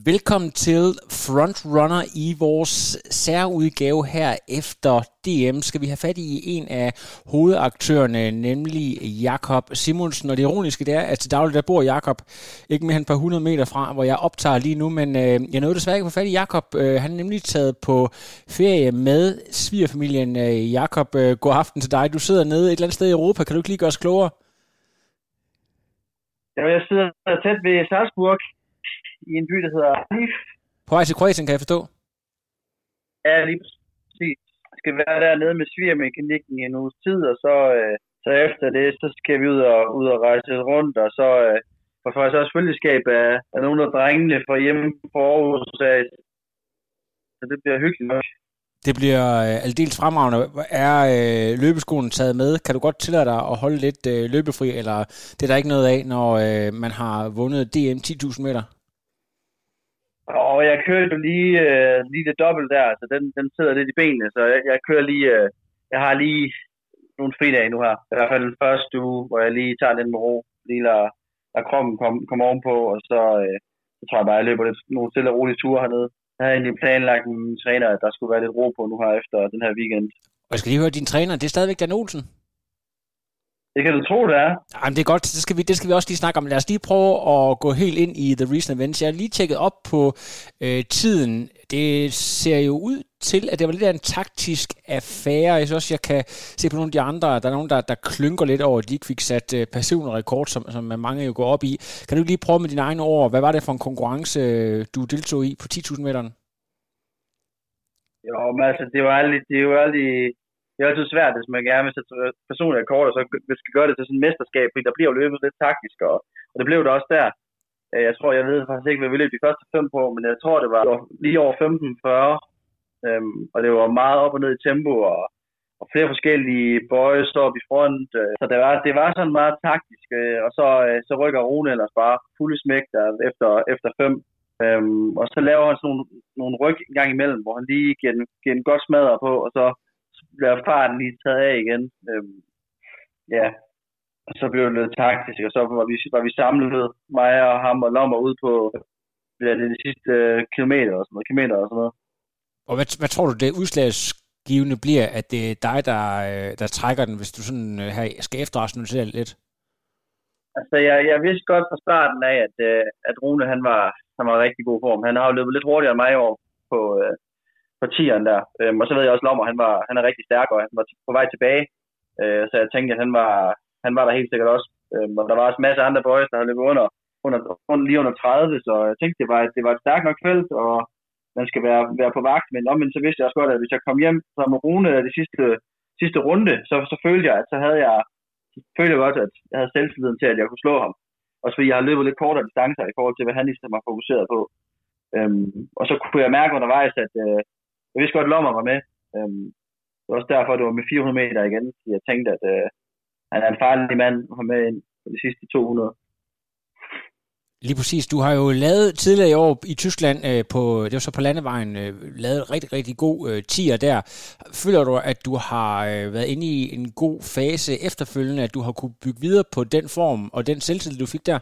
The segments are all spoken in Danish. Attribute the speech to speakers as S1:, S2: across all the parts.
S1: Velkommen til Frontrunner i vores særudgave her efter DM. Skal vi have fat i en af hovedaktørerne, nemlig Jakob Simonsen. Og det ironiske det er, at til daglig der bor Jakob ikke mere end et par 100 meter fra, hvor jeg optager lige nu. Men jeg nåede desværre ikke at få fat i Jakob. Han er nemlig taget på ferie med svigerfamilien. Jakob, god aften til dig. Du sidder nede et eller andet sted i Europa. Kan du ikke lige gøre os klogere?
S2: Ja, jeg sidder tæt ved Salzburg i en by, der hedder Lif.
S1: På vej til Kroatien, kan jeg forstå?
S2: Ja, lige præcis. Jeg skal være dernede med svigermekanikken i en uges tid, og så efter det, så skal vi ud og rejse rundt, og så får faktisk også følgeskab af nogle af drengene fra hjemme på Aarhus. Så det bliver hyggeligt nok.
S1: Det bliver aldeles fremragende. Er løbeskoen taget med? Kan du godt tillade dig at holde lidt løbefri, eller det er der ikke noget af, når man har vundet DM 10.000 meter?
S2: Og jeg kører jo lige det dobbelt der, så den sidder lidt i benene, så jeg kører lige, jeg har lige nogle fridage nu her. I hvert fald den første uge, hvor jeg lige tager den med ro, lige lader kroppen komme ovenpå, og så tror jeg bare, jeg løber nogle stille og rolige ture hernede. Jeg havde egentlig planlagt med min træner, at der skulle være lidt ro på nu her efter den her weekend.
S1: Og jeg skal lige høre, din træner, det er stadigvæk Dan Olsen?
S2: Det kan du tro, det er.
S1: Jamen, det er godt, det skal vi også lige snakke om. Lad os lige prøve at gå helt ind i The Recent Events. Jeg har lige tjekket op på tiden. Det ser jo ud til, at det var lidt af en taktisk affære. Jeg synes også, jeg kan se på nogle af de andre. Der er nogen, der klynker lidt over, at de ikke fik sat personrekord, som mange jo går op i. Kan du lige prøve med dine egne ord? Hvad var det for en konkurrence, du deltog i på 10.000 meteren?
S2: Jo, men altså, det er jo altid svært, hvis man gerne vil sætte personlige rekorder, så vi skal gøre det til sådan et mesterskab, fordi der bliver jo løbet lidt taktisk, og det blev det også der. Jeg ved faktisk ikke, hvad vi løb de første 5 på, men jeg tror, det var lige over 15-40, og det var meget op og ned i tempo, og flere forskellige boys op i front, så det var sådan meget taktisk, og så rykker Rune ellers bare fulde smæk der efter 5, og så laver han sådan nogle ryg en gang imellem, hvor han lige giver en godt smadre på, og så bliver farten lige taget af igen. Ja, og så blev det lidt taktisk, og så var vi samlet, mig og ham og Lommer, ud på de sidste kilometer og sådan noget.
S1: Og hvad tror du, det udslagsgivende bliver, at det er dig, der trækker den, hvis du sådan her skal efterrationalisere lidt?
S2: Altså, jeg vidste godt fra starten af, at Rune, han var i rigtig god form. Han har jo løbet lidt hurtigere end mig over på 10'eren der. Og så ved jeg også, Lommer, han er rigtig stærk, og han var på vej tilbage. Så jeg tænkte, at han var der helt sikkert også. Og der var også en masse andre boys, der havde løbet lige under 30, så jeg tænkte, det var et stærkt nok felt, og man skal være på vagt. Men omvendt så vidste jeg også godt, at hvis jeg kom hjem fra Rune de sidste runde, så følte jeg, at godt, at jeg havde selvtilliden til, at jeg kunne slå ham. Også fordi jeg har løbet lidt kortere distancer i forhold til, hvad han ligesom var fokuseret på. Og så kunne jeg mærke undervejs, at jeg vidste godt, at Lommer var med. Det var også derfor, at det var med 400 meter igen. Jeg tænkte, at han er en farlig mand at have med ind på de sidste 200.
S1: Lige præcis. Du har jo lavet tidligere i år i Tyskland, det var så på landevejen, lavet rigtig, rigtig god 10'er der. Føler du, at du har været inde i en god fase efterfølgende, at du har kunne bygge videre på den form og den selvtillid, du fik der?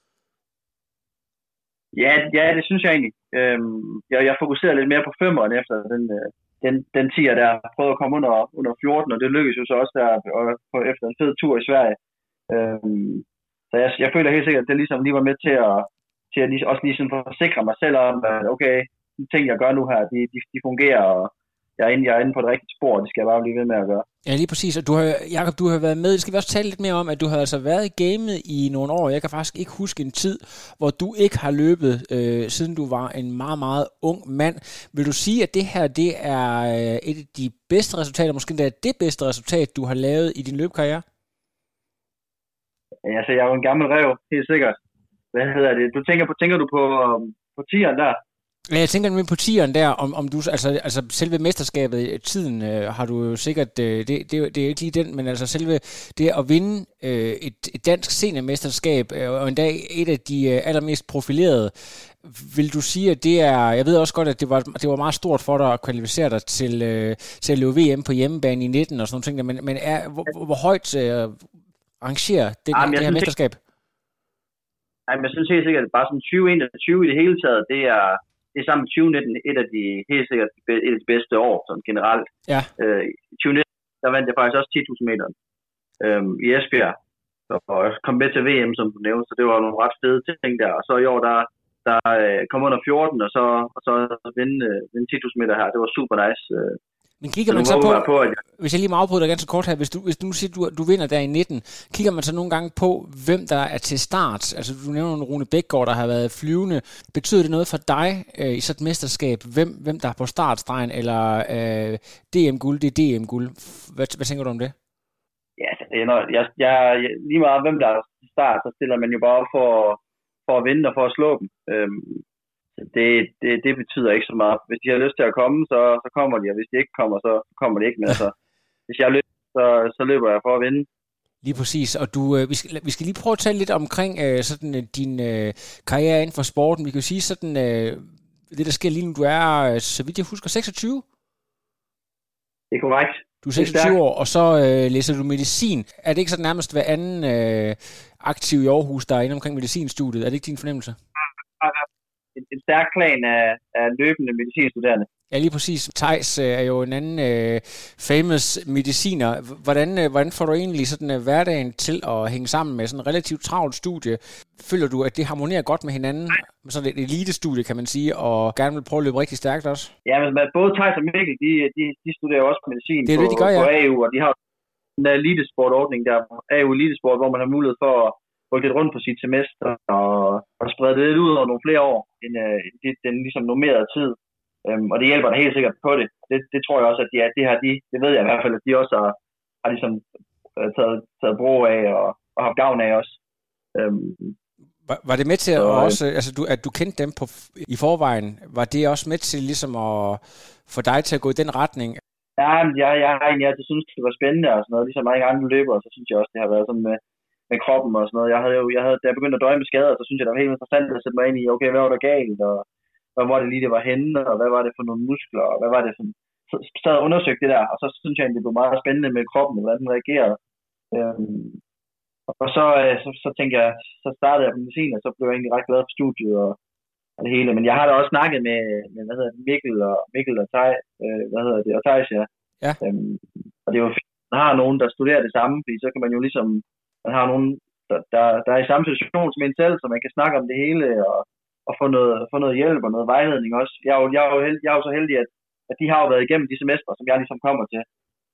S2: Ja, det synes jeg egentlig. Jeg fokuserer lidt mere på 5'eren efter den 10'er der. Jeg prøvede at komme under 14, og det lykkedes jo så også der efter en fed tur i Sverige. Så jeg føler helt sikkert, at det ligesom lige var med til at også lige sådan forsikre mig selv om, at okay, de ting, jeg gør nu her, de fungerer, og jeg er inde på det rigtige spor, og det skal jeg bare blive ved med at gøre.
S1: Ja, lige præcis. Og Jakob, du har været med. Skal vi også tale lidt mere om, at du har altså været i gamet i nogle år. Jeg kan faktisk ikke huske en tid, hvor du ikke har løbet, siden du var en meget, meget ung mand. Vil du sige, at det her, det er et af de bedste resultater, måske det er det bedste resultat, du har lavet i din løbekarriere?
S2: Ja, altså, jeg er jo en gammel ræv, helt sikkert. Hvad hedder det? Tænker du på 10'eren der?
S1: Ja, jeg tænker nemlig på 10'eren der, om du, altså selve mesterskabet, tiden har du jo sikkert, det er ikke lige den, men altså selve det at vinde et dansk seniormesterskab, og en dag et af de allermest profilerede, vil du sige, at det er, jeg ved også godt, at det var meget stort for dig at kvalificere dig til at løbe VM på hjemmebane i 19 og sådan nogle ting, men hvor højt rangerer det her mesterskab?
S2: Nej, men jeg synes helt sikkert, at bare sådan 2021 i det hele taget, det er sammen med 2019 helt sikkert et af de bedste år, sådan generelt.
S1: Ja.
S2: I 2019, der vandt jeg faktisk også 10.000 meter i Esbjerg, og kom med til VM, som du nævnte, så det var nogle ret fede ting der. Og så i år, der kom under 14, og så vinde 10.000 meter her, det var super nice.
S1: Men kigger man så på, hvis jeg lige må afbryde dig ganske kort her, hvis du nu siger, du vinder der i 19, kigger man så nogle gange på, hvem der er til start? Altså du nævner Rune Bækgaard, der har været flyvende. Betyder det noget for dig i sådan et mesterskab, hvem der er på startstregen, eller DM-guld, det er DM-guld? Hvad tænker du om det?
S2: Ja, det er noget, jeg lige meget hvem der er til start, så stiller man jo bare op for at vinde og for at slå dem. Det betyder ikke så meget. Hvis de har lyst til at komme, så kommer de, og hvis de ikke kommer, så kommer de ikke. Men altså, hvis jeg har lyst, så løber jeg for at vinde.
S1: Lige præcis, og vi skal lige prøve at tale lidt omkring sådan din karriere inden for sporten. Vi kan jo sige sådan, det der sker lige nu, du er, så vidt jeg husker, 26?
S2: Det er korrekt.
S1: Du er 26 år, og så læser du medicin. Er det ikke så nærmest hver anden aktiv i Aarhus, der er inde omkring medicinstudiet? Er det ikke din fornemmelse?
S2: En stærk plan af løbende medicinstuderende.
S1: Ja, lige præcis. Theis er jo en anden famous mediciner. Hvordan får du egentlig sådan hverdagen til at hænge sammen med sådan en relativt travlt studie? Føler du, at det harmonerer godt med hinanden? Sådan et elitestudie, kan man sige, og gerne vil prøve at løbe rigtig stærkt også?
S2: Ja, men både Theis og Mikkel, de studerer jo også medicin
S1: på
S2: AU, og de har en elitesportordning der, AU Elitesport, hvor man har mulighed for at rykke lidt rundt på sit semester og sprede det lidt ud over nogle flere år, end den ligesom normerede tid. Og det hjælper da helt sikkert på det. Det tror jeg også, at det ved jeg i hvert fald, at de også har ligesom taget brug af og haft gavn af også.
S1: Var det med til at også, altså at du kendte dem i forvejen, var det også med til ligesom at få dig til at gå i den retning?
S2: Ja, jeg har egentlig altid synes det var spændende og sådan noget. Ligesom mange andre løbere, så synes jeg også, det har været sådan med kroppen og sådan noget. Da jeg begyndte at døje med skader, så synes jeg, det var helt interessant at sætte mig ind i, okay, hvad var der galt, og hvad var det lige, det var henne, og hvad var det for nogle muskler, og hvad var det for... Så sad og undersøgte det der, og så synes jeg, det blev meget spændende med kroppen, og hvordan den reagerede. Og så tænkte jeg, så startede jeg på medicin, og så blev jeg egentlig ret glad for studiet og det hele. Men jeg har da også snakket med Mikkel og Theis, ja. Og det er jo fint, at man har nogen, der studerer det samme, fordi så kan man jo ligesom, man har nogen, der er i samme situation som en selv, så man kan snakke om det hele, og få noget hjælp og noget vejledning også. Jeg er jo så heldig, at de har jo været igennem de semestre, som jeg ligesom kommer til.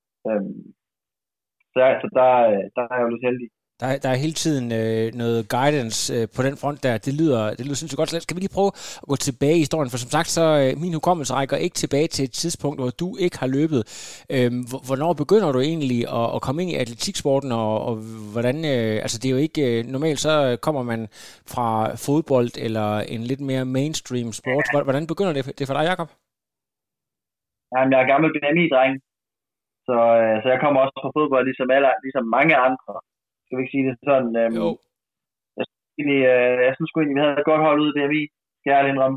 S2: Så der er jeg jo lidt heldig.
S1: Der er hele tiden noget guidance på den front der. Det lyder sindssygt godt. Skal vi lige prøve at gå tilbage i historien? For som sagt, så min hukommelse rækker ikke tilbage til et tidspunkt, hvor du ikke har løbet. Hvornår begynder du egentlig at komme ind i atletiksporten, og hvordan... altså det er jo ikke... normalt så kommer man fra fodbold eller en lidt mere mainstream sport. Hvordan begynder det for dig, Jakob?
S2: Jamen, jeg er gammel BMI-dreng. Så jeg kommer også fra fodbold, ligesom mange andre. Skal vi ikke sige det sådan? Jeg synes sgu egentlig, vi havde et godt hold ude i DMI, skal jeg indrømme.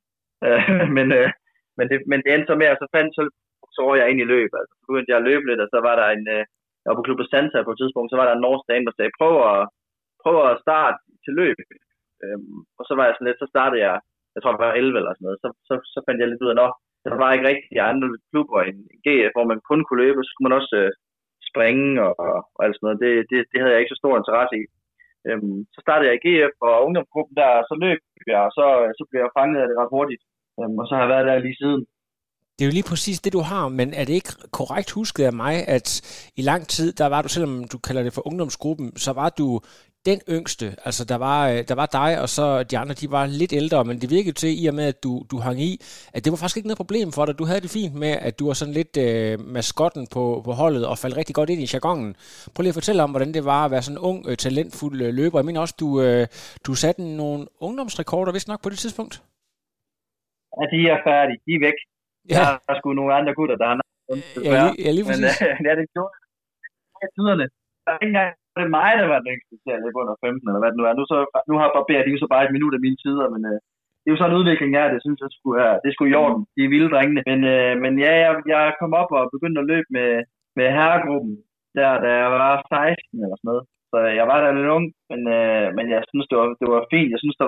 S2: Men det endte så med, at så var jeg ind i løb. Altså, så begyndte jeg at løbe lidt, og så var der jeg var på Club Santa på et tidspunkt, så var der en norsk dame, der sagde, prøv at starte til løb. Og så var jeg sådan lidt, så startede jeg tror jeg var 11 eller sådan noget, så fandt jeg lidt ud af, der var ikke rigtig andre klubber end GF, hvor man kun kunne løbe, så skulle man også springe og alt sådan noget. Det havde jeg ikke så stor interesse i. Så startede jeg i GF og ungdomsgruppen der, så løb jeg, og så blev jeg fanget af det ret hurtigt. Og så har jeg været der lige siden.
S1: Det er jo lige præcis det, du har, men er det ikke korrekt husket af mig, at i lang tid, der var du, selvom du kalder det for ungdomsgruppen, så var du den yngste, altså der var dig, og så de andre, de var lidt ældre, men det virkede til, i og med, at du hang i, at det var faktisk ikke noget problem for dig. Du havde det fint med, at du var sådan lidt maskotten på holdet, og faldt rigtig godt ind i jargonen. Prøv lige at fortælle om, hvordan det var at være sådan en ung, talentfuld løber. Jeg mener også, du satte nogle ungdomsrekorder, vist nok på det tidspunkt?
S2: Ja, de er færdige. De er væk. Ja. Der er sgu nogle andre gutter, der har
S1: lige præcis.
S2: Men det er det tiderne. Der er ikke engang det er mig, der var den yngste til at løbe under 15, eller hvad det nu er. Nu har barberer de jo så bare et minut af mine tider, men det er jo sådan en udvikling af det, synes jeg det er sgu i orden. De er vilde drengene. Men ja, jeg kom op og begyndte at løbe med herregruppen, da jeg var 16 eller sådan noget. Så jeg var der lidt ung, men jeg synes, det var fint. Jeg synes,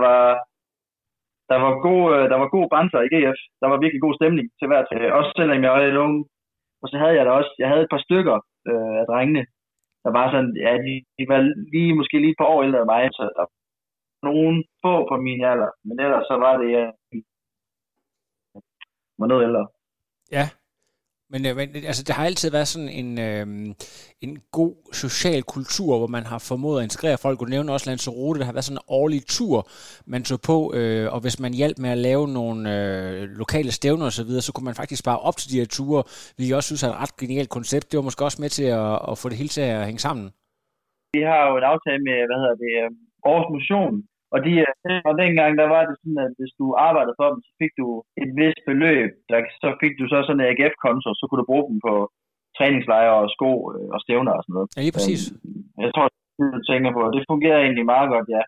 S2: der var god banter i GF. Der var virkelig god stemning til hvert. Også selvom jeg var lidt ung. Og så havde jeg havde et par stykker af drengene, der var sådan, ja, de var måske lige et par år ældre end mig, så der var nogen få på min alder, men ellers så var det, var noget ældre.
S1: Ja, men altså, det har altid været sådan en god social kultur, hvor man har formået at integrere folk. Du nævner også Lanzarote, der har været sådan en årlig tur, man tog på, og hvis man hjalp med at lave nogle lokale stævner og så videre, så kunne man faktisk spare op til de her ture, hvilket jeg også synes er et ret genialt koncept. Det var måske også med til at få det hele til at hænge sammen.
S2: Vi har jo en aftale med, Aarhus Motion, og dengang, der var det sådan, at hvis du arbejdede for dem, så fik du et vist beløb, så fik du så sådan en AGF-konto, så kunne du bruge dem på træningslejre og sko og stævner og sådan noget.
S1: Ja, lige præcis.
S2: Jeg tror, du tænker på, det fungerer egentlig meget godt, ja.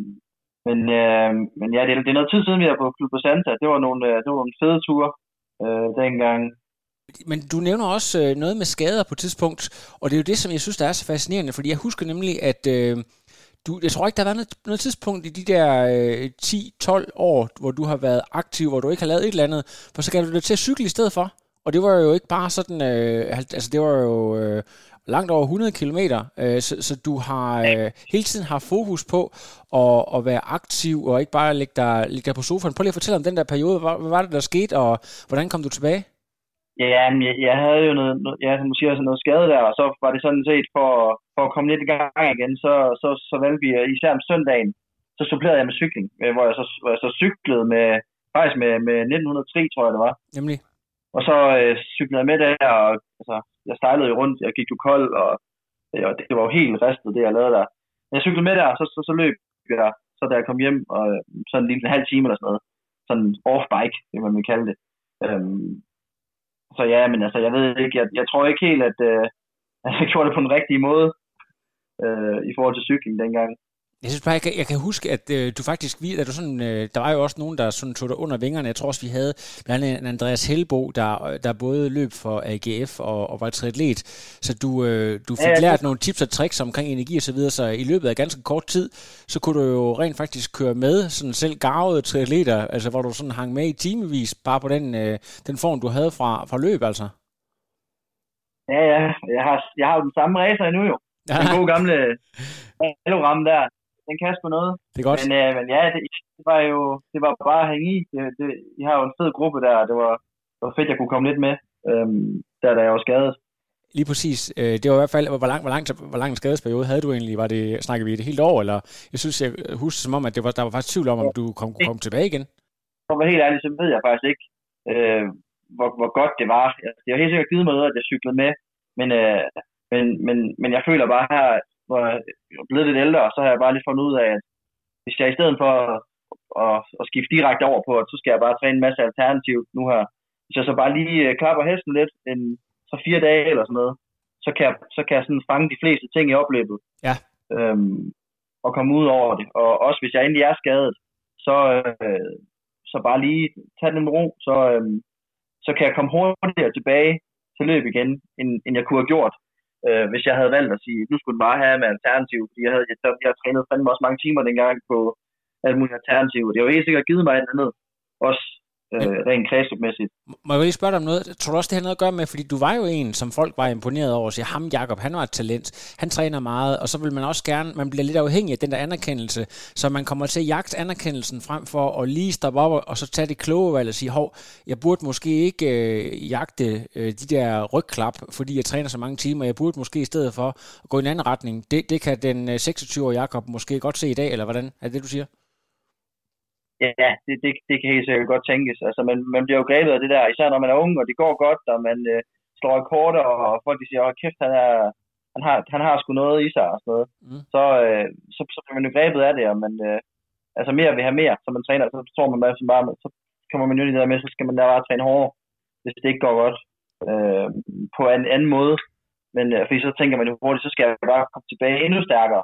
S2: Men ja, det er noget tid siden, vi var på Club Santa. Det var nogle fede ture dengang.
S1: Men du nævner også noget med skader på et tidspunkt, og det er jo det, som jeg synes, der er så fascinerende, fordi jeg husker nemlig, at jeg tror ikke, der har været noget tidspunkt i de der 10-12 år, hvor du har været aktiv, hvor du ikke har lavet et eller andet, for så gav du det til at cykle i stedet for. Og det var jo ikke bare sådan, altså det var jo langt over 100 kilometer, så du har hele tiden haft fokus på at være aktiv, og ikke bare ligge dig på sofaen. Prøv lige at fortælle om den der periode. Hvad var det, der skete, og hvordan kom du tilbage?
S2: Ja, jeg havde jo noget skade der, og så var det sådan set for at komme lidt i gang igen, så valgte vi især om søndagen, så supplerede jeg med cykling, hvor jeg så cyklede faktisk med 1903, tror jeg det var.
S1: Nemlig.
S2: Og så cyklede jeg med der, og altså, jeg stejlede jo rundt, jeg gik jo kold, og det var jo helt ristet, det jeg lavede der. Jeg cyklede med der, og så løb jeg, så da jeg kom hjem, og sådan lige en halv time eller sådan noget, sådan off-bike, det man vil kalde det. Så ja, men altså, jeg ved ikke, jeg tror ikke helt, at jeg gjorde det på den rigtige måde i forhold til cykling dengang.
S1: Jeg synes bare, jeg kan huske, at du faktisk, at du sådan, der var jo også nogen, der sådan tog dig under vingerne. Jeg tror også, vi havde blandt andet Andreas Helbo, der både løb for AGF og var triatlet. Så du fik lært nogle tips og tricks omkring energi og så videre, så i løbet af ganske kort tid, så kunne du jo rent faktisk køre med sådan selv garvede triatleter, altså hvor du sådan hang med i timevis, bare på den form, du havde fra løb, altså.
S2: Ja, jeg har jo den samme racer endnu jo. Den gode gamle ramme der. Den kaster på noget.
S1: Det er godt.
S2: Men ja, det var bare at hænge i. I har jo en fed gruppe der, det var fedt, jeg kunne komme lidt med, da jeg var skadet.
S1: Lige præcis. Det var i hvert fald, hvor lang en skadesperiode havde du egentlig? Snakkede vi det helt år, eller? Jeg synes, jeg husker som om, at der var faktisk tvivl om du kunne komme tilbage igen.
S2: For at være helt ærlig, så ved jeg faktisk ikke, hvor godt det var. Det har helt sikkert givet mig noget, at jeg cyklede med, men jeg føler bare her, hvor jeg er blevet lidt ældre, så har jeg bare lige fundet ud af, at hvis jeg i stedet for at skifte direkte over på, så skal jeg bare træne en masse alternativt nu her. Hvis jeg så bare lige klapper hesten lidt, så 4 dage eller sådan noget, så kan jeg sådan fange de fleste ting i opløbet.
S1: Ja.
S2: Og komme ud over det. Og også hvis jeg endelig er skadet, så bare lige tage den med ro, så kan jeg komme hurtigere tilbage til løb igen, end jeg kunne have gjort, hvis jeg havde valgt at sige, nu skulle den bare have med alternativ, fordi jeg havde trænet fandme også mange timer dengang på alt muligt alternativ. Det har jo helt sikkert givet mig et andet, også rent kredsløbmæssigt.
S1: Må jeg lige spørge dig om noget? Tror du også, det har noget at gøre med, fordi du var jo en, som folk var imponeret over, så ham Jakob, han var et talent, han træner meget, og så vil man også gerne, man bliver lidt afhængig af den der anerkendelse, så man kommer til at jagte anerkendelsen frem for at lige stoppe op og så tage det kloge valg og sige, hov, jeg burde måske ikke jagte de der rygklap, fordi jeg træner så mange timer, jeg burde måske i stedet for at gå i en anden retning. Det kan den 26-årige Jakob måske godt se i dag, eller hvordan? Er det du siger?
S2: Ja, det kan helt sikkert godt tænkes. Altså, man bliver jo grebet af det der, især når man er ung, og det går godt, og man slår rekorder, og folk de siger, kæft, han har sgu noget i sig, og sådan noget. Så bliver man jo grebet af det, og man altså mere vil have mere, så man træner, så tror man bare, så kommer man jo i det der med, så skal man da bare træne hårdere, hvis det ikke går godt, på en anden måde. Men fordi så tænker man jo hurtigt, så skal jeg bare komme tilbage endnu stærkere.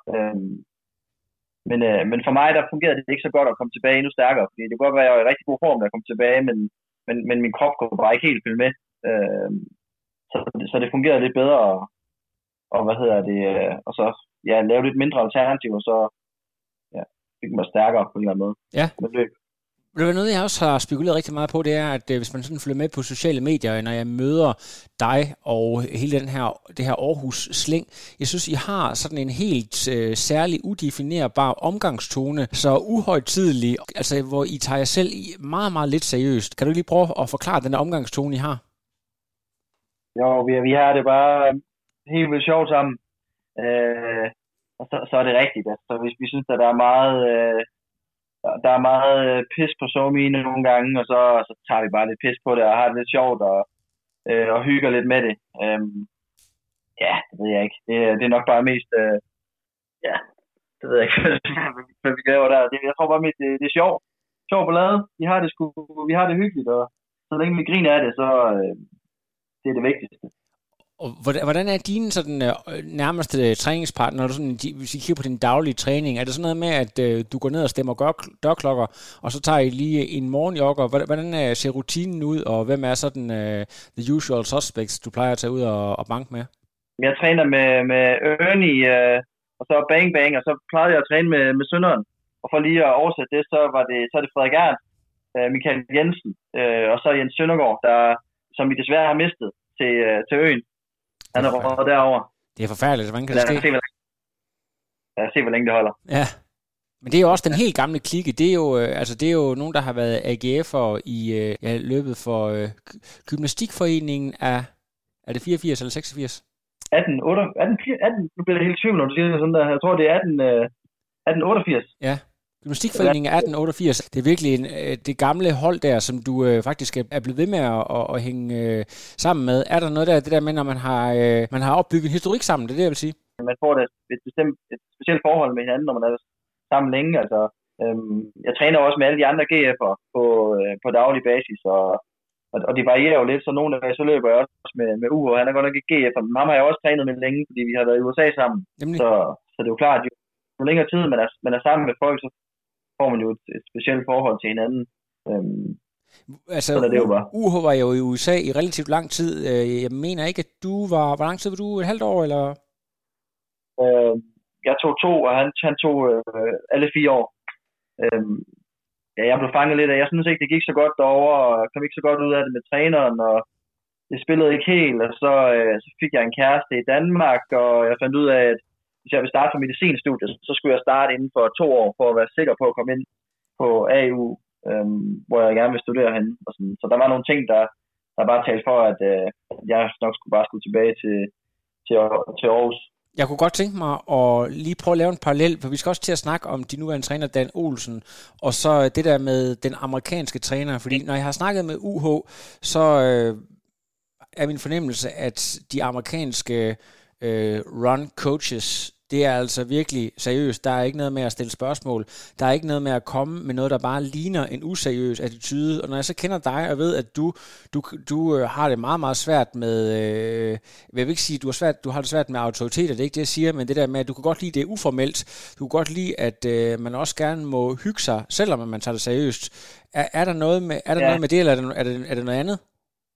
S2: Men for mig, der fungerede det ikke så godt at komme tilbage endnu stærkere, fordi det kunne godt være, at jeg var i rigtig god form, da jeg kom tilbage, men min krop kunne bare ikke helt følge med. Så det fungerede lidt bedre, og og så lave lidt mindre alternativer, så fik man stærkere på en eller anden måde.
S1: Ja. Det er noget, jeg også har spekuleret rigtig meget på, det er, at hvis man sådan følger med på sociale medier, når jeg møder dig og hele det her Aarhus-slæng, jeg synes, I har sådan en helt særlig udefinerbar omgangstone, så uhøjtidelig, altså hvor I tager jer selv meget, meget lidt seriøst. Kan du lige prøve at forklare den omgangstone, I har?
S2: Jo, vi har det bare helt vildt sjovt sammen. Og så er det rigtigt. Altså, hvis vi synes, at der er meget pis på SoMe nogle gange, og så tager vi bare lidt pis på det, og har det lidt sjovt, og hygger lidt med det. Det ved jeg ikke. Det er nok bare mest, det ved jeg ikke, hvad vi laver der. Jeg tror bare mest, det er sjovt. Sjov ballade. Vi har det hyggeligt, og så længe vi griner af det, så det er det vigtigste.
S1: Og hvordan er dine sådan nærmeste træningspartner, når du sådan, hvis I kigger på din daglige træning? Er det sådan noget med, at du går ned og stemmer dørklokker, og så tager I lige en morgenjogger? Hvordan ser rutinen ud, og hvem er sådan the usual suspects, du plejer at tage ud og banke med?
S2: Jeg træner med Ernie, og så Bang Bang, og så plejede jeg at træne med Sønderen. Og for lige at oversætte det, så er det Frederik Ernst, Michael Jensen, og så Jens Søndergaard, som vi desværre har mistet til øen. Han er rådet derovre.
S1: Det er forfærdeligt. Hvordan kan det ske?
S2: Se, hvor længe det holder.
S1: Ja. Men det er jo også den helt gamle klikke. Det er jo nogen, der har været AGF'er i løbet for gymnastikforeningen af... Er det 84 eller 86?
S2: 18, nu bliver det helt tvivl, når du siger det sådan der. Jeg tror, det er 1888.
S1: Ja. Gymnastikforeningen 1888, det er virkelig det gamle hold der, som du faktisk er blevet ved med at hænge sammen med. Er der noget der, det der med, når man har opbygget en historik sammen, det er det, jeg vil sige?
S2: Man får et specielt forhold med hinanden, når man er sammen længe. Altså, jeg træner også med alle de andre GF'er på daglig basis, og det varierer jo lidt, så nogle af så løber jeg også med UH. Han er godt nok ikke GF'er, men ham har jeg også trænet med længe, fordi vi har været i USA sammen. Så det er jo klart, at jo længere tid man er sammen med folk, så får man jo et specielt forhold til hinanden.
S1: Altså, UH var jo i USA i relativt lang tid. Jeg mener ikke, at du var... Hvor lang tid var du? Et halvt år, eller?
S2: Jeg tog 2, og han tog alle 4 år. Jeg blev fanget lidt af. Jeg synes ikke, det gik så godt derovre, og jeg kom ikke så godt ud af det med træneren, og det spillede ikke helt, og så fik jeg en kæreste i Danmark, og jeg fandt ud af, at hvis jeg ville starte på medicinstudiet, så skulle jeg starte inden for 2 år, for at være sikker på at komme ind på AU, hvor jeg gerne vil studere henne. Og sådan. Så der var nogle ting, der bare talte for, at jeg nok skulle tilbage til Aarhus.
S1: Jeg kunne godt tænke mig at lige prøve at lave en parallel, for vi skal også til at snakke om de nuværende træner, Dan Olsen, og så det der med den amerikanske træner, fordi når jeg har snakket med UH, så er min fornemmelse, at de amerikanske run coaches, det er altså virkelig seriøst. Der er ikke noget med at stille spørgsmål. Der er ikke noget med at komme med noget, der bare ligner en useriøs attitude. Og når jeg så kender dig og ved, at du har det meget, meget svært med... jeg vil ikke sige, du har det svært med autoriteter, det er ikke det, jeg siger, men det der med, at du kan godt lide det uformelt. Du kan godt lide, at man også gerne må hygge sig, selvom man tager det seriøst. Er der noget med, noget med det, eller er det noget andet?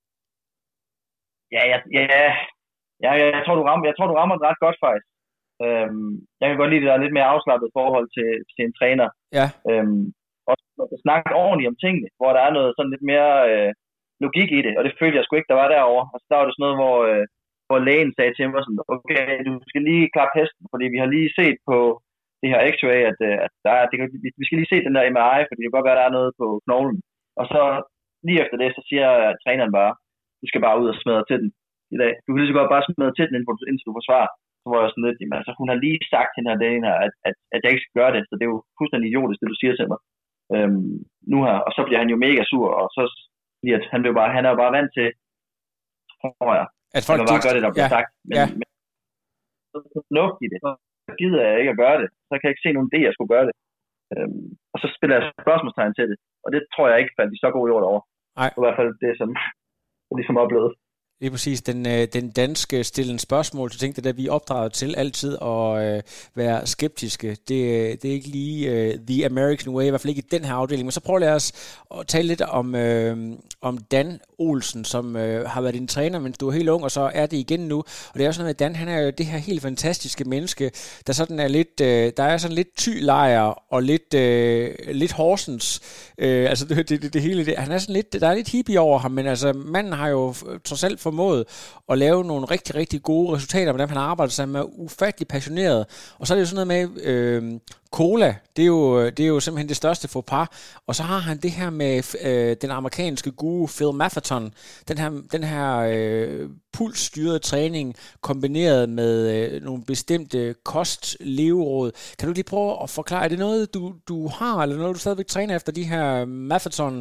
S2: Jeg tror, du rammer det ret godt, faktisk. Jeg kan godt lide, at der er lidt mere afslappet forhold til en træner.
S1: Ja.
S2: Og snakke ordentligt om tingene, hvor der er noget sådan lidt mere logik i det, og det følte jeg sgu ikke, der var derovre. Og så der var det sådan noget, hvor lægen sagde til mig sådan, okay, du skal lige klappe hesten, fordi vi har lige set på det her X-ray, at vi skal lige se den der MRI, fordi det kan godt være, der er noget på knoglen. Og så lige efter det, så siger træneren bare, du skal bare ud og smadre til den i dag. Du kan lige så godt bare smadre til den, indtil du får svar. Så var jeg sådan lidt, jamen, altså, hun har lige sagt hende her dagen her, at jeg ikke skal gøre det, så det er jo fuldstændig idiotisk, det du siger til mig nu her. Og så bliver han jo mega sur, og så siger at han er jo bare vant til, tror jeg,
S1: at folk
S2: bare gøre det, der bliver sagt. Men så luft i det, så gider jeg ikke at gøre det. Så kan jeg ikke se nogen idé, jeg skulle gøre det. Og så spiller jeg spørgsmålstegn til det, og det tror jeg ikke faldt i så god jord over.
S1: Nej.
S2: I hvert fald det, som jeg ligesom oplevede.
S1: Det er præcis den danske stille spørgsmål til ting, det der vi er opdraget til altid at være skeptiske. Det er ikke lige the American way, i hvert fald ikke i den her afdeling. Men så prøv at lade os at tale lidt om Dan Olsen, som har været din træner, mens du er helt ung, og så er det igen nu. Og det er jo sådan, at Dan, han er jo det her helt fantastiske menneske, der sådan er lidt, der er sådan lidt Thy-lejr og lidt Horsens. Altså det hele, han er sådan lidt, der er lidt hippie over ham, men altså manden har jo trods alt formået at lave nogle rigtig, rigtig gode resultater, hvordan han har arbejdet sammen med ufattelig passioneret. Og så er det jo sådan noget med cola, det er jo simpelthen det største faux pas. Og så har han det her med den amerikanske guru Phil Maffetone, den her pulsstyrede træning kombineret med nogle bestemte kostleveråd. Kan du lige prøve at forklare, er det noget du har, eller noget du stadigvæk træner efter de her Maffetone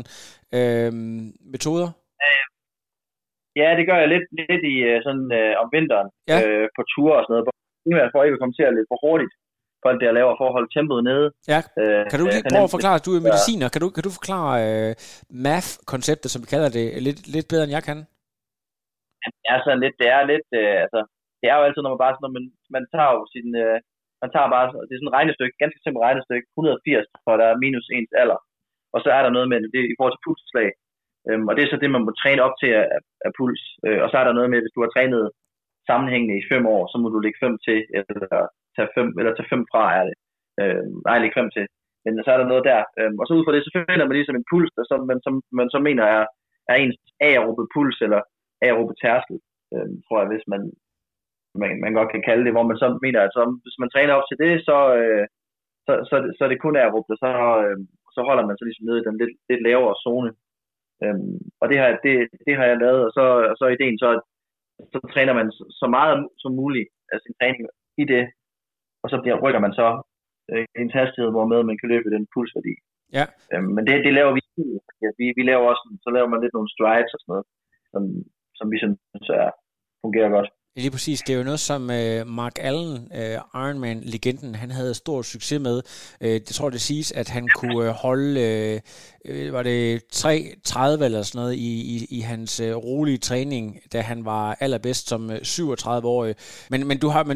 S1: metoder?
S2: Ja, det gør jeg lidt i sådan om vinteren, på ture og sådan noget. For ikke at komme til at løbe for hurtigt, for alt det jeg laver, for at holde tempoet nede.
S1: Ja, kan du lige prøve at forklare, du er mediciner, kan du forklare MAF-konceptet, som vi kalder det, lidt bedre end jeg kan?
S2: Ja, sådan lidt, det er jo altid, når man bare sådan, når man tager jo sin, man tager bare, det er sådan et regnestykke, ganske simpelt regnestykke, 180, for der er minus ens alder. Og så er der noget med det i forhold til pulsslag. Og det er så det, man må træne op til af puls. Og så er der noget med, hvis du har trænet sammenhængende i 5 år, så må du lægge 5 til, eller tage 5 fra, er det. Lægge 5 til. Men så er der noget der. Og så ud fra det, så finder man ligesom en puls, der man så mener er ens aerobe puls, eller aerobe tærskel, tror jeg, hvis man godt kan kalde det, hvor man så mener, at hvis man træner op til det, så er det kun aerobe, så holder man så ligesom nede i den lidt lavere zone. Og det har jeg lavet, og så er ideen så træner man så meget som muligt af sin træning i det, og så rykker man så en hastighed, hvormed man kan løbe den pulsværdi.
S1: Ja.
S2: Men det laver vi. Vi laver også, så laver man lidt nogle strides og sådan noget, som vi synes fungerer godt.
S1: Lige præcis. Det er jo noget, som Mark Allen, Ironman-legenden, han havde stor succes med. Jeg tror, det siges, at han kunne holde, var det 3:30 eller sådan noget, i hans rolige træning, da han var allerbedst som 37-årig. Men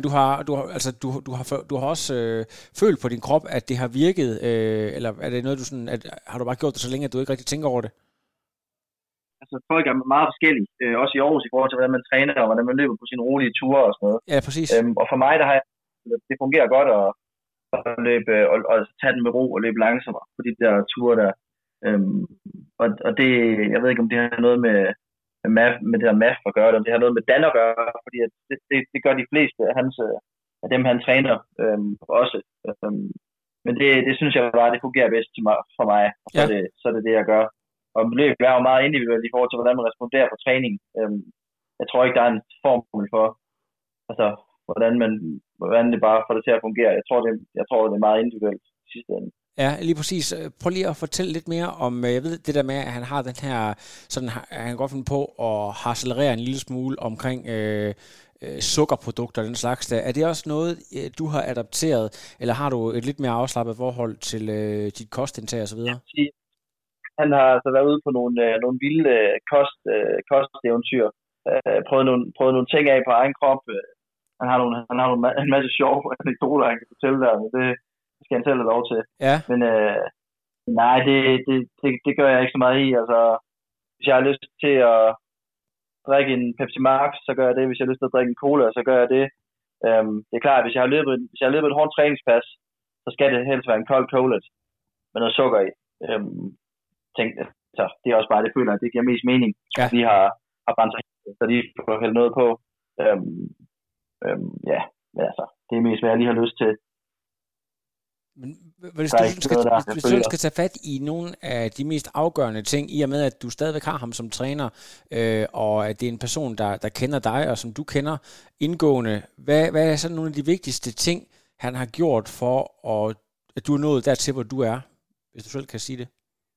S1: du har også følt på din krop, at det har virket, eller er det noget, har du bare gjort det så længe, at du ikke rigtig tænker over det?
S2: Altså, folk er meget forskellige, også i Aarhus, i forhold til, hvordan man træner, og hvordan man løber på sine rolige ture og sådan noget.
S1: Ja, præcis.
S2: Og for mig, det fungerer godt at løbe, og tage den med ro og løbe langsommere på de der ture der. Og det, jeg ved ikke, om det har noget med det der MAF at gøre, eller om det har noget med Dan at gøre, fordi det gør de fleste af dem, han træner også. Men det synes jeg bare, det fungerer bedst for mig, og så er det, jeg gør. Og løb er jo meget individuelt i forhold til, hvordan man responderer på træning. Jeg tror ikke, der er en formel for, altså, hvordan det bare får det til at fungere. Jeg tror, det er meget individuelt i sidste ende.
S1: Ja, lige præcis. Prøv lige at fortælle lidt mere om, jeg ved det der med, at han har den her, sådan han kan godt finde på at harcelerere en lille smule omkring sukkerprodukter og den slags der. Er det også noget, du har adapteret, eller har du et lidt mere afslappet forhold til dit kostindtag og så videre?
S2: Han har altså været ude på nogle vilde kosteventyr. Prøvet nogle ting af på egen krop. Han har en masse sjove anekdoter, han kan fortælle der, men det skal han selv have lov til.
S1: Ja.
S2: Men nej, det gør jeg ikke så meget i. Altså, hvis jeg har lyst til at drikke en Pepsi Max, så gør jeg det. Hvis jeg har lyst til at drikke en cola, så gør jeg det. Det er klart, at hvis jeg har løbet et hårdt træningspas, så skal det helst være en kold cola med noget sukker i. Så det er også bare, det føler, at det giver mest mening.
S1: Ja.
S2: Vi har brændt sig, så de får hældt noget på. Men altså, det er mest, hvad jeg lige har lyst til.
S1: Men hvis du skal tage fat i nogle af de mest afgørende ting, i og med, at du stadigvæk har ham som træner, og at det er en person, der kender dig, og som du kender indgående, hvad er så nogle af de vigtigste ting, han har gjort for, at du er nået dertil, hvor du er, hvis du selv kan sige det?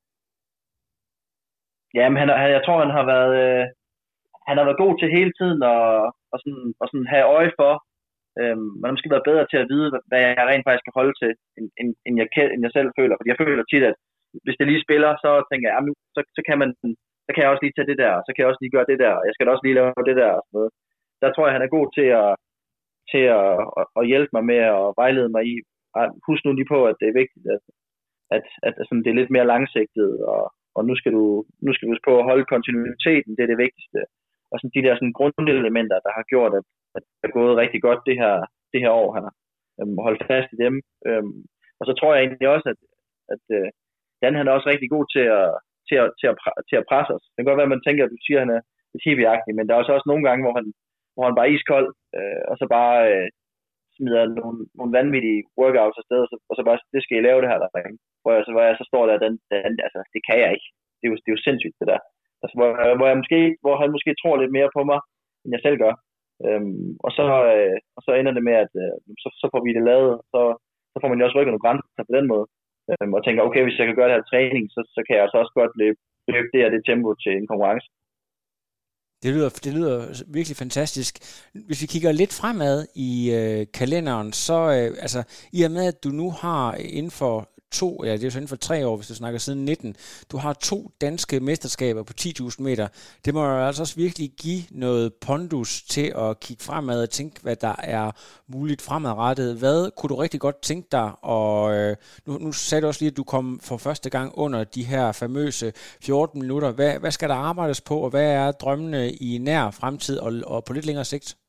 S2: Jamen, jeg tror, han har været god til hele tiden og sådan have øje for. Man har måske været bedre til at vide, hvad jeg rent faktisk kan holde til, end jeg selv føler. Fordi jeg føler tit, at hvis det lige spiller, så tænker jeg, så kan man så kan jeg også lige tage det der, så kan jeg også lige gøre det der, og jeg skal da også lige lave det der, og sådan noget. Der tror jeg, han er god til at hjælpe mig med at vejlede mig i. Husk nu lige på, at det er vigtigt, at sådan, det er lidt mere langsigtet, og nu skal du huske på at holde kontinuiteten, det er det vigtigste. Og sådan de der sådan grundelementer, der har gjort, at det er gået rigtig godt det her år her. Holde fast i dem. Og så tror jeg egentlig også, at Dan han er også rigtig god til at presse os. Det kan godt være, at man tænker, at du siger, at han er lidt hippieagtig, men der er også nogle gange, hvor han bare er iskold, og så bare smider nogle vanvittige workouts afsted, og så bare, det skal I lave det her, hvor jeg så står der, altså, det kan jeg ikke. Det er jo sindssygt, det der. Altså, hvor han måske tror lidt mere på mig, end jeg selv gør. Og så ender det med, at så får vi det lavet, så får man jo også rykket nogle grænser på den måde. Og tænker, okay, hvis jeg kan gøre det her træning, så kan jeg også godt løbe det tempo til en konkurrence.
S1: Det lyder virkelig fantastisk. Hvis vi kigger lidt fremad i kalenderen, så altså, i og med, at du nu har inden for det er jo så inden for 3 år, hvis du snakker siden 19, du har 2 danske mesterskaber på 10.000 meter. Det må jo altså også virkelig give noget pondus til at kigge fremad og tænke, hvad der er muligt fremadrettet. Hvad kunne du rigtig godt tænke dig? Og nu sagde du også lige, at du kom for første gang under de her famøse 14 minutter. Hvad skal der arbejdes på, og hvad er drømmene i nær fremtid og på lidt længere sigt?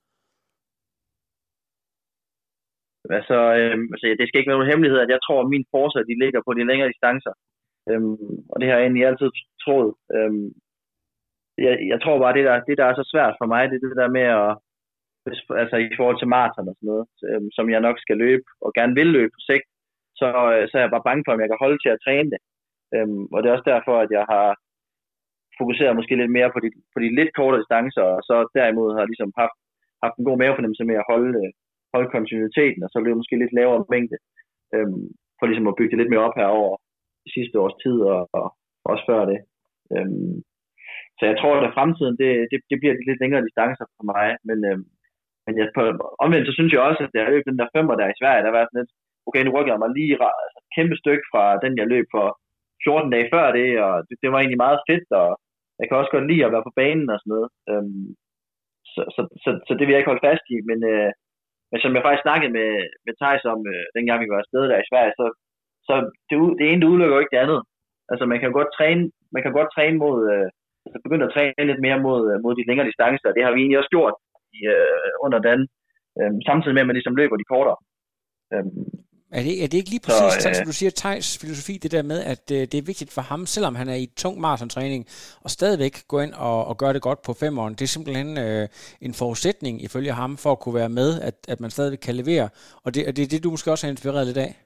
S2: Altså, det skal ikke være nogen hemmelighed, at jeg tror, at mine forser, de ligger på de længere distancer. Og det har jeg egentlig altid troet. Jeg tror bare, det der er så svært for mig, det er det der med at, altså i forhold til maraton og sådan noget, som jeg nok skal løbe, og gerne vil løbe på sigt, så er jeg bare bange for, om jeg kan holde til at træne det. Og det er også derfor, at jeg har fokuseret måske lidt mere på de lidt kortere distancer, og så derimod har ligesom haft en god mavefornemmelse med at holde kontinuiteten, og så løbe måske lidt lavere mængde, for ligesom at bygge det lidt mere op her over de sidste års tid, og også før det. Så jeg tror, at fremtiden, det bliver lidt længere distancer for mig, men omvendt så synes jeg også, at jeg løb den der 5'er der i Sverige, der var sådan lidt, okay, nu rykker jeg mig lige et kæmpe stykke fra den, jeg løb for 14 dage før det, og det var egentlig meget fedt, og jeg kan også godt lide at være på banen og sådan noget. Så det vil jeg ikke holde fast i, men som jeg faktisk snakkede med Thijs om, dengang vi var afsted der i Sverige, så det ene, det udelukker jo ikke det andet. Altså man kan godt træne mod, altså begynde at træne lidt mere mod de længere distancer, det har vi egentlig også gjort under den, samtidig med, at man ligesom løber de kortere.
S1: Er det ikke lige præcis, som du siger, Thijs filosofi, det der med, at det er vigtigt for ham, selvom han er i tung maratontræning, og stadigvæk gå ind og gøre det godt på 5'eren. Det er simpelthen en forudsætning ifølge ham for at kunne være med, at man stadigvæk kan levere. Og det er det, du måske også har inspireret lidt af?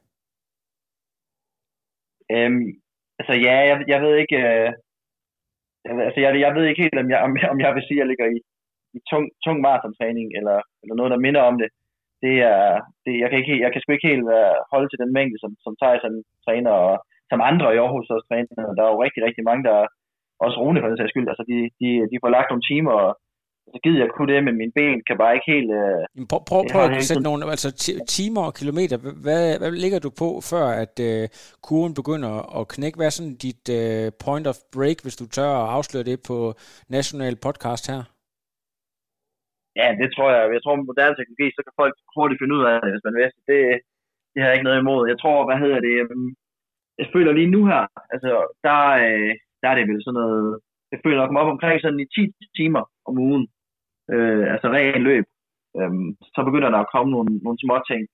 S2: Altså ja, jeg ved ikke, jeg ved ikke helt, om jeg vil sige, at jeg ligger i tung maratontræning, eller noget, der minder om det. Jeg kan sgu ikke helt holde til den mængde, som Thijs træner, og som andre i Aarhus også træner. Der er jo rigtig, rigtig mange, der også Rune for den sags skyld. Altså, de får lagt nogle timer, og så gider jeg kunne det, men mine ben kan bare ikke helt...
S1: Prøv at sætte nogle timer og kilometer. Hvad ligger du på, før at kurven begynder at knække? Hvad er sådan dit point of break, hvis du tør at afsløre det på national podcast her?
S2: Ja, det tror jeg. Jeg tror, med moderne teknologi, så kan folk hurtigt finde ud af det, hvis man vil. Det har jeg ikke noget imod. Jeg tror, jeg føler lige nu her, altså, der er det vel sådan noget, jeg føler nok op omkring sådan i 10 timer om ugen, altså ren løb. Så begynder der at komme nogle små ting.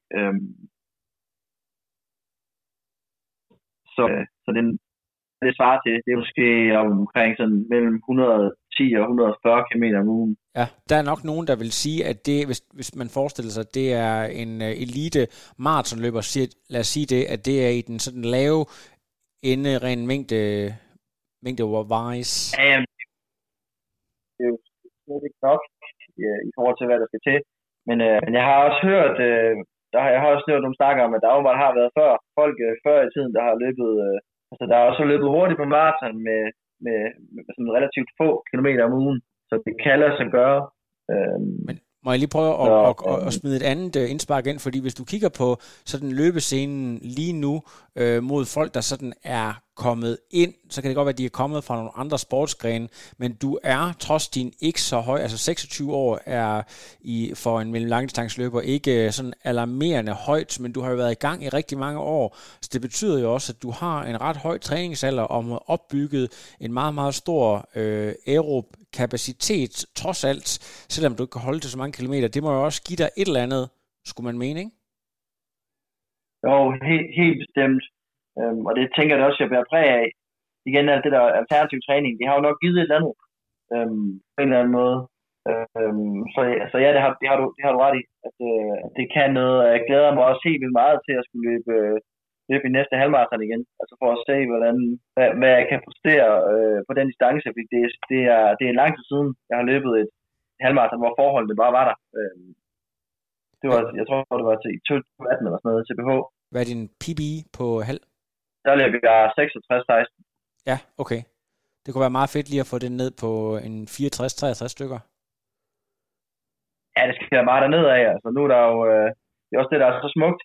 S2: Så det svarer til, det er måske omkring sådan mellem 110 og 140 km om ugen.
S1: Ja, der er nok nogen, der vil sige, at det, hvis man forestiller sig, at det er en elite maratonløber, lad os sige det, at det er i den sådan lave ende ren mængde wise.
S2: Ja, det er jo ikke nok i forhold til, hvad der skal til. Men jeg har også hørt, jeg har også hørt nogle snakker om, at der åbenbart har været folk før i tiden, der har løbet, altså der er også løbet hurtigt på maraton med sådan relativt få kilometer om ugen. Så det kan lade sig gøre.
S1: Men må jeg lige prøve at smide et andet indspark ind, fordi hvis du kigger på sådan løbescenen lige nu mod folk, der sådan er kommet ind, så kan det godt være, at de er kommet fra nogle andre sportsgrene, men du er trods din ikke så høj, altså 26 år er for en mellemlangdistanceløber ikke sådan alarmerende højt, men du har jo været i gang i rigtig mange år, så det betyder jo også, at du har en ret høj træningsalder og har opbygget en meget, meget stor aerob kapacitet, trods alt, selvom du ikke kan holde til så mange kilometer. Det må jo også give dig et eller andet, skulle man mene, ikke?
S2: Jo, helt bestemt. Og det tænker jeg også, jeg bliver præg af. Igen, alt det der alternativ træning, det har jo nok givet et eller andet på en eller anden måde. Så ja, det har du ret i, at det kan noget. Jeg glæder mig også helt vildt meget til at skulle løbe i næste halvmarathon igen. Altså for at se, hvad jeg kan præstere på den distance. Fordi det er lang tid siden, jeg har løbet et halvmarathon, hvor forholdene bare var der. Det var, jeg tror, det var til 2018 eller sådan noget, til BH.
S1: Hvad er din PB på halv?
S2: Der løb jeg 66-16.
S1: Ja, okay. Det kunne være meget fedt lige at få det ned på en 64-63 stykker.
S2: Ja, det skal være meget dernede af. Altså, nu er der jo... det er også det, der er så smukt.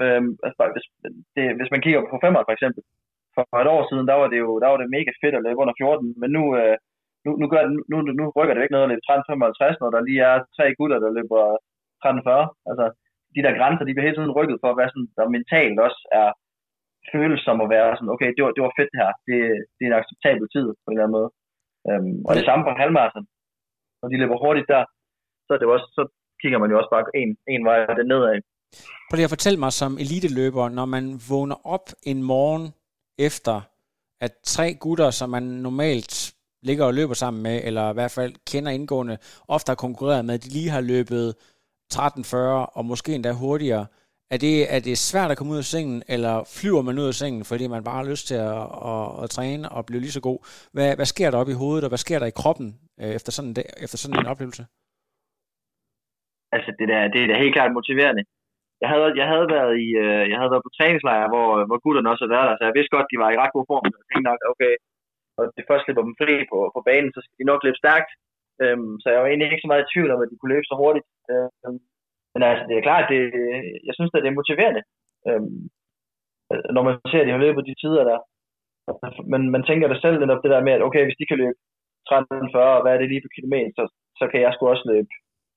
S2: Hvis man kigger på 5'eren for eksempel. For et år siden, der var det mega fedt at løbe under 14. Men nu rykker det ikke noget at løbe 13-55, når der lige er 3 gutter, der løber 13-40. Altså, de der grænser, de bliver hele tiden rykket for at være sådan, der mentalt også er føles som at være sådan, okay, det var fedt her. Det er en acceptabel tid på en eller anden måde. Og det samme på halvmarathon. Når de løber hurtigt der, så kigger man jo også bare en vej og det nedad.
S1: Prøv lige at fortælle mig som eliteløber, når man vågner op en morgen efter, at 3 gutter, som man normalt ligger og løber sammen med, eller i hvert fald kender indgående, ofte har konkurreret med, at de lige har løbet 13.40 og måske endda hurtigere. Er det svært at komme ud af sengen, eller flyver man ud af sengen, fordi man bare har lyst til at træne og blive lige så god? Hvad sker der op i hovedet, og hvad sker der i kroppen efter sådan en oplevelse?
S2: Altså, det er da helt klart motiverende. Jeg havde været på træningslejr, hvor gutterne også havde været der, så jeg vidste godt, de var i ret god form. Jeg tænkte nok, okay, og det først slipper dem fri på banen, så skal de nok løbe stærkt. Så jeg var egentlig ikke så meget i tvivl om, at de kunne løbe så hurtigt. Men altså, det er klart, jeg synes, at det er motiverende, når man ser, at de har løbet de tider der. Men man tænker det selv netop det der med, at okay, hvis de kan løbe 13-40, hvad er det lige på kilometer, så kan jeg sgu også løbe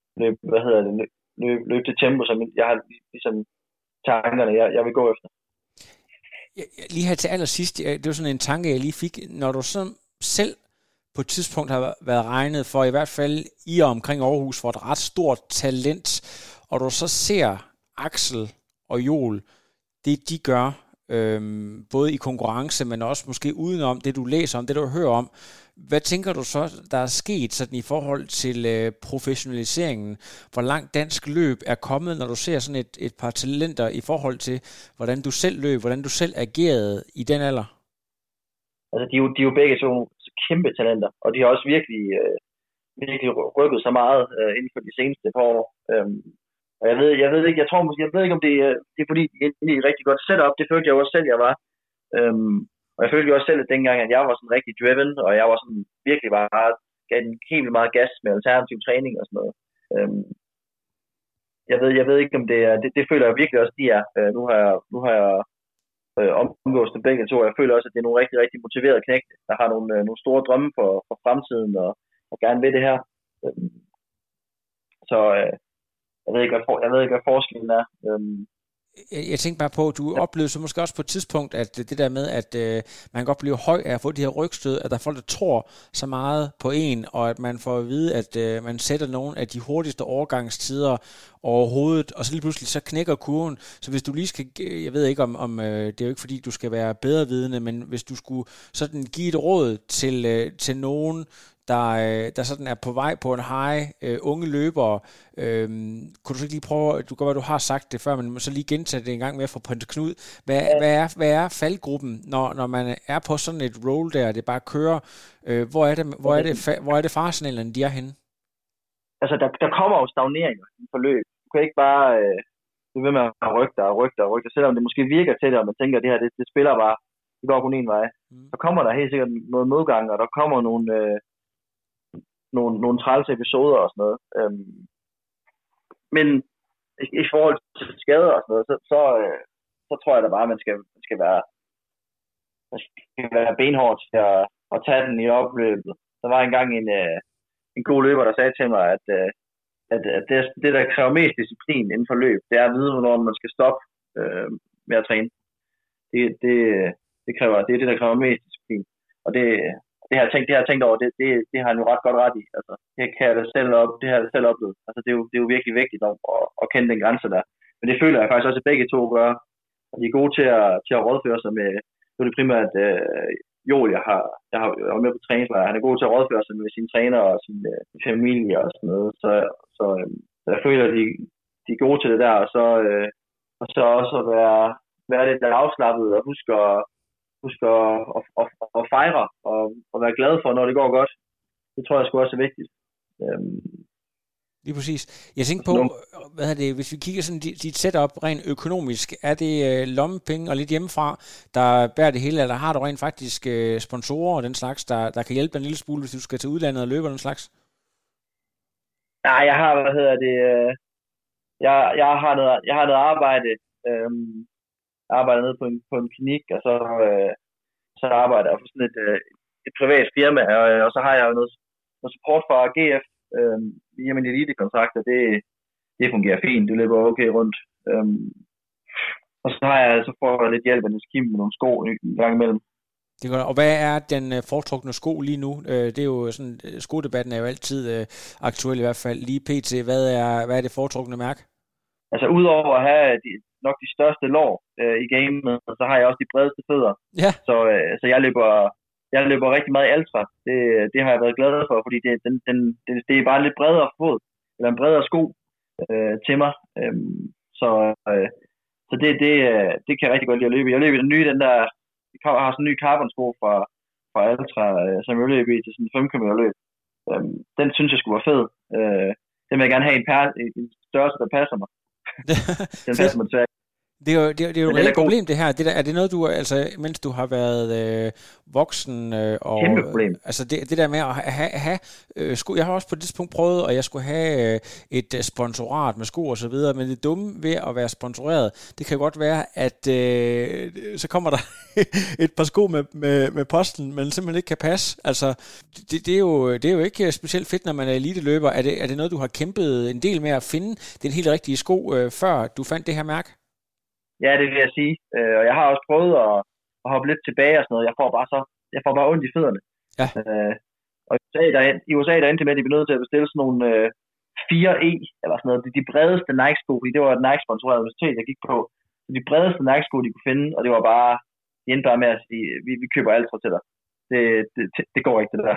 S2: løbe det tempo, som jeg har ligesom tankerne, jeg vil gå efter.
S1: Lige her til allersidst, det var sådan en tanke, jeg lige fik, når du så selv på et tidspunkt har været regnet for, i hvert fald i og omkring Aarhus, for et ret stort talent, og du så ser Axel og Joel, det de gør, både i konkurrence, men også måske udenom det, du læser om, det du hører om. Hvad tænker du så, der er sket sådan i forhold til professionaliseringen? Hvor langt dansk løb er kommet, når du ser sådan et par talenter i forhold til, hvordan du selv løb, hvordan du selv agerede i den alder?
S2: Altså, de er jo begge så kæmpe talenter, og de har også virkelig rykket så meget inden for de seneste par år. Og jeg ved ikke, om det er fordi, de er et rigtig godt setup. Det følte jeg også selv, jeg var. Og jeg følte jo også selv, at dengang, at jeg var sådan rigtig driven, og jeg var sådan virkelig bare gav den helt meget gas med alternativ træning og sådan noget. Jeg ved ikke, om det er, det føler jeg virkelig også, de er. Nu har jeg omgås dem begge to, og jeg føler også, at det er nogle rigtig, rigtig motiverede knægte, der har nogle store drømme for fremtiden, og gerne vil det her. Så jeg ved ikke, hvad forskellen er.
S1: Jeg tænkte bare på, at du oplevede så måske også på et tidspunkt, at det der med, at man kan godt blive høj af at få de her rygstød, at der er folk, der tror så meget på en, og at man får at vide, at man sætter nogle af de hurtigste overgangstider overhovedet, og så lige pludselig så knækker kurven. Så hvis du lige skal, jeg ved ikke om det er jo ikke fordi, du skal være bedrevidende, men hvis du skulle sådan give et råd til nogen, der sådan er på vej på en high, unge løbere. Kunne du så ikke lige prøve, du kan godt, du har sagt det før, men må så lige gentage det en gang med fra Prins Knud. Hvad er faldgruppen, når man er på sådan et roll der, det bare kører? Hvor er det faresignalerne, de er henne?
S2: Altså, der kommer jo stagneringer i forløb. Du kan ikke bare blive ved med at rykke, selvom det måske virker til det, og man tænker, at det her, det spiller bare, det går kun en vej. Så kommer der helt sikkert noget modgang, og der kommer nogle træls episoder og sådan noget. Men i forhold til skader og sådan noget, så tror jeg da bare, at man skal være man skal være benhård til at tage den i opløbet. Der var engang en god løber, der sagde til mig, at det, der kræver mest disciplin inden for løb, det er at vide, hvornår man skal stoppe med at træne. Det er det, der kræver mest disciplin. Og det har jeg tænkt over, det har han jo ret godt ret i. Altså, det har jeg selv oplevet. Altså, det er jo virkelig vigtigt at kende den grænse der. Men det føler jeg faktisk også, at begge to gør. Og de er gode til at rådføre sig med, det er det primært Joel, jeg har været med på træningslejr. Han er god til at rådføre sig med sine træner og sin familie og sådan noget. Så jeg føler, at de er gode til det der. Og så også at være lidt afslappet og huske at fejre og være glad for, når det går godt. Det tror jeg sgu også er vigtigt.
S1: Lige præcis. Jeg tænker på, hvis vi kigger sådan dit setup rent økonomisk, er det lommepenge og lidt hjemmefra, der bærer det hele, eller har du rent faktisk sponsorer og den slags, der kan hjælpe dig en lille smule, hvis du skal til udlandet og løbe og den slags?
S2: Nej, jeg har, jeg har noget arbejde. Jeg arbejder nede på en klinik, og så arbejder jeg for sådan et privat firma, og så har jeg jo noget support fra GF via min elitekontrakt, og det fungerer fint. Det løber okay rundt. Og så får jeg lidt hjælp af Niels Kim med nogle sko en gang imellem.
S1: Det er godt. Og hvad er den foretrukne sko lige nu? Det er jo sådan, skodebatten er jo altid aktuel i hvert fald. Lige pt. Hvad er det foretrukne mærke?
S2: Altså udover at have nok de største lår i gamet, så har jeg også de bredeste fødder.
S1: Ja.
S2: Så jeg løber rigtig meget i Altra. Det har jeg været glad for, fordi det er bare en lidt bredere fod, eller en bredere sko til mig. Så det kan jeg rigtig godt lide at løbe. Jeg løber den nye, jeg har sådan en ny carbon-sko fra Altra, som jeg løber i til sådan en 5 km løb. Den synes jeg skulle være fed. Den vil jeg gerne have en størrelse, der passer mig. Den passer mig til.
S1: Det er jo et reelt problem, det her. Er det noget, du, altså, mens du har været voksen og...
S2: Kæmpe problem.
S1: Altså det der med at have sko... Jeg har også på et tidspunkt prøvet, at jeg skulle have et sponsorat med sko og så videre, men det dumme ved at være sponsoreret, det kan godt være, at så kommer der et par sko med posten, men simpelthen ikke kan passe. Altså, det er jo ikke specielt fedt, når man er eliteløber. Er det noget, du har kæmpet en del med at finde den helt rigtige sko, før du fandt det her mærke?
S2: Ja, det vil jeg sige. Og jeg har også prøvet at hoppe lidt tilbage og sådan noget. Jeg får bare ondt i fødderne.
S1: Ja.
S2: Og i USA der endte med, at de blev nødt til at bestille sådan nogle 4E, eller sådan noget. De bredeste Nike-sko, fordi det var et Nike-sponsoreret universitet, jeg gik på. Så de bredeste Nike-sko, de kunne finde, og det var bare, de endte bare med at sige, vi køber alt til dig. Det går ikke, det der.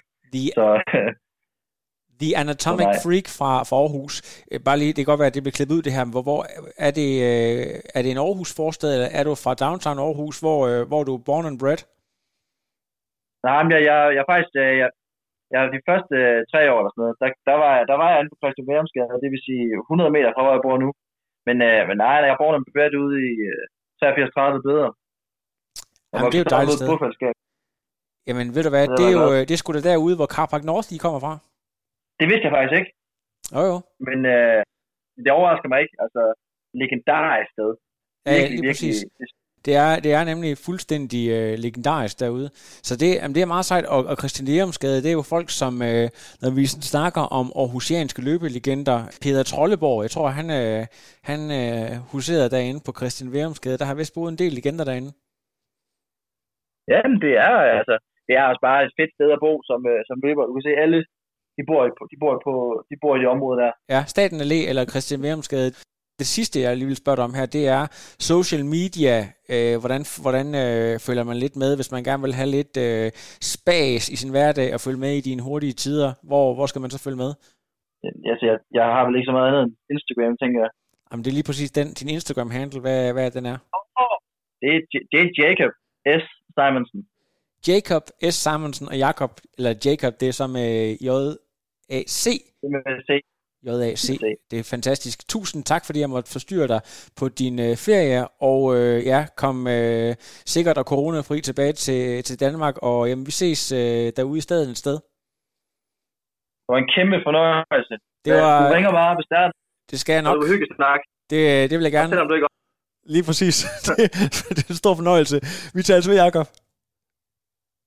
S1: The Anatomic Freak fra Aarhus. Bare lige, det kan godt være, at det bliver klippet ud det her, men hvor er det en Aarhus forstad, eller er du fra downtown Aarhus, hvor du er born and bred?
S2: Nej, men jeg faktisk, jeg de første 3 år eller sådan noget, der var jeg inde på Christian Værumsgade, det vil sige 100 meter fra, hvor jeg bor nu. Men nej, jeg er born and bred ude i 83-30 bedre.
S1: Jamen, det er jo et dejligt sted. Jamen, ved du hvad, det er sgu da derude, hvor Carpark North de kommer fra.
S2: Det vidste jeg faktisk ikke.
S1: Jo.
S2: Men det overrasker mig ikke. Altså, legendarisk sted.
S1: Ja, lige præcis. Det er nemlig fuldstændig legendarisk derude. Så det er meget sejt. Og Christian Værumsgade, det er jo folk, som, når vi snakker om aarhusianske løbelegender, Peder Trolleborg, jeg tror, han huserede derinde på Christian Værumsgade. Der har vist boet en del legender derinde.
S2: Ja, men det er også bare et fedt sted at bo som løber. Du kan se alle. De bor i det område der.
S1: Ja, Staten Allé eller Christian Værumsgade. Det sidste, jeg lige vil spørge dig om her, det er social media. Hvordan følger man lidt med, hvis man gerne vil have lidt spas i sin hverdag og følge med i dine hurtige tider? Hvor skal man så følge med?
S2: Jeg har vel ikke så meget andet end Instagram, tænker jeg.
S1: Jamen, det er lige præcis din Instagram-handle. Hvad den er?
S2: Det er Jacob S. Simonsen.
S1: Jacob S. Simonsen og Jakob, eller Jacob, det er så med J-A-C. J-A-C. Det er fantastisk. Tusind tak, fordi jeg måtte forstyrre dig på din ferie, og kom sikkert og coronafri tilbage til Danmark, og jamen, vi ses derude i stedet et sted.
S2: Det var en kæmpe fornøjelse. Du ringer bare og bestiller.
S1: Det skal jeg nok.
S2: Og du hygge snak.
S1: Det vil jeg gerne.
S2: Selvom du ikke.
S1: Lige præcis. Det er en stor fornøjelse. Vi tager altså ved, Jakob.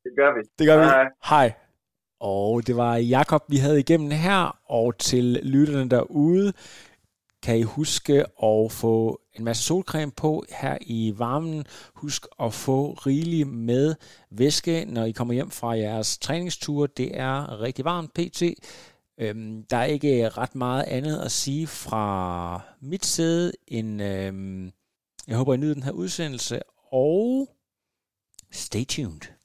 S2: Det gør vi.
S1: Det gør vi. Hej. Og det var Jakob, vi havde igennem her, og til lytterne derude, kan I huske at få en masse solcreme på her i varmen. Husk at få rigeligt med væske, når I kommer hjem fra jeres træningsture. Det er rigtig varmt pt. Der er ikke ret meget andet at sige fra mit side, end jeg håber, I nyder den her udsendelse, og stay tuned.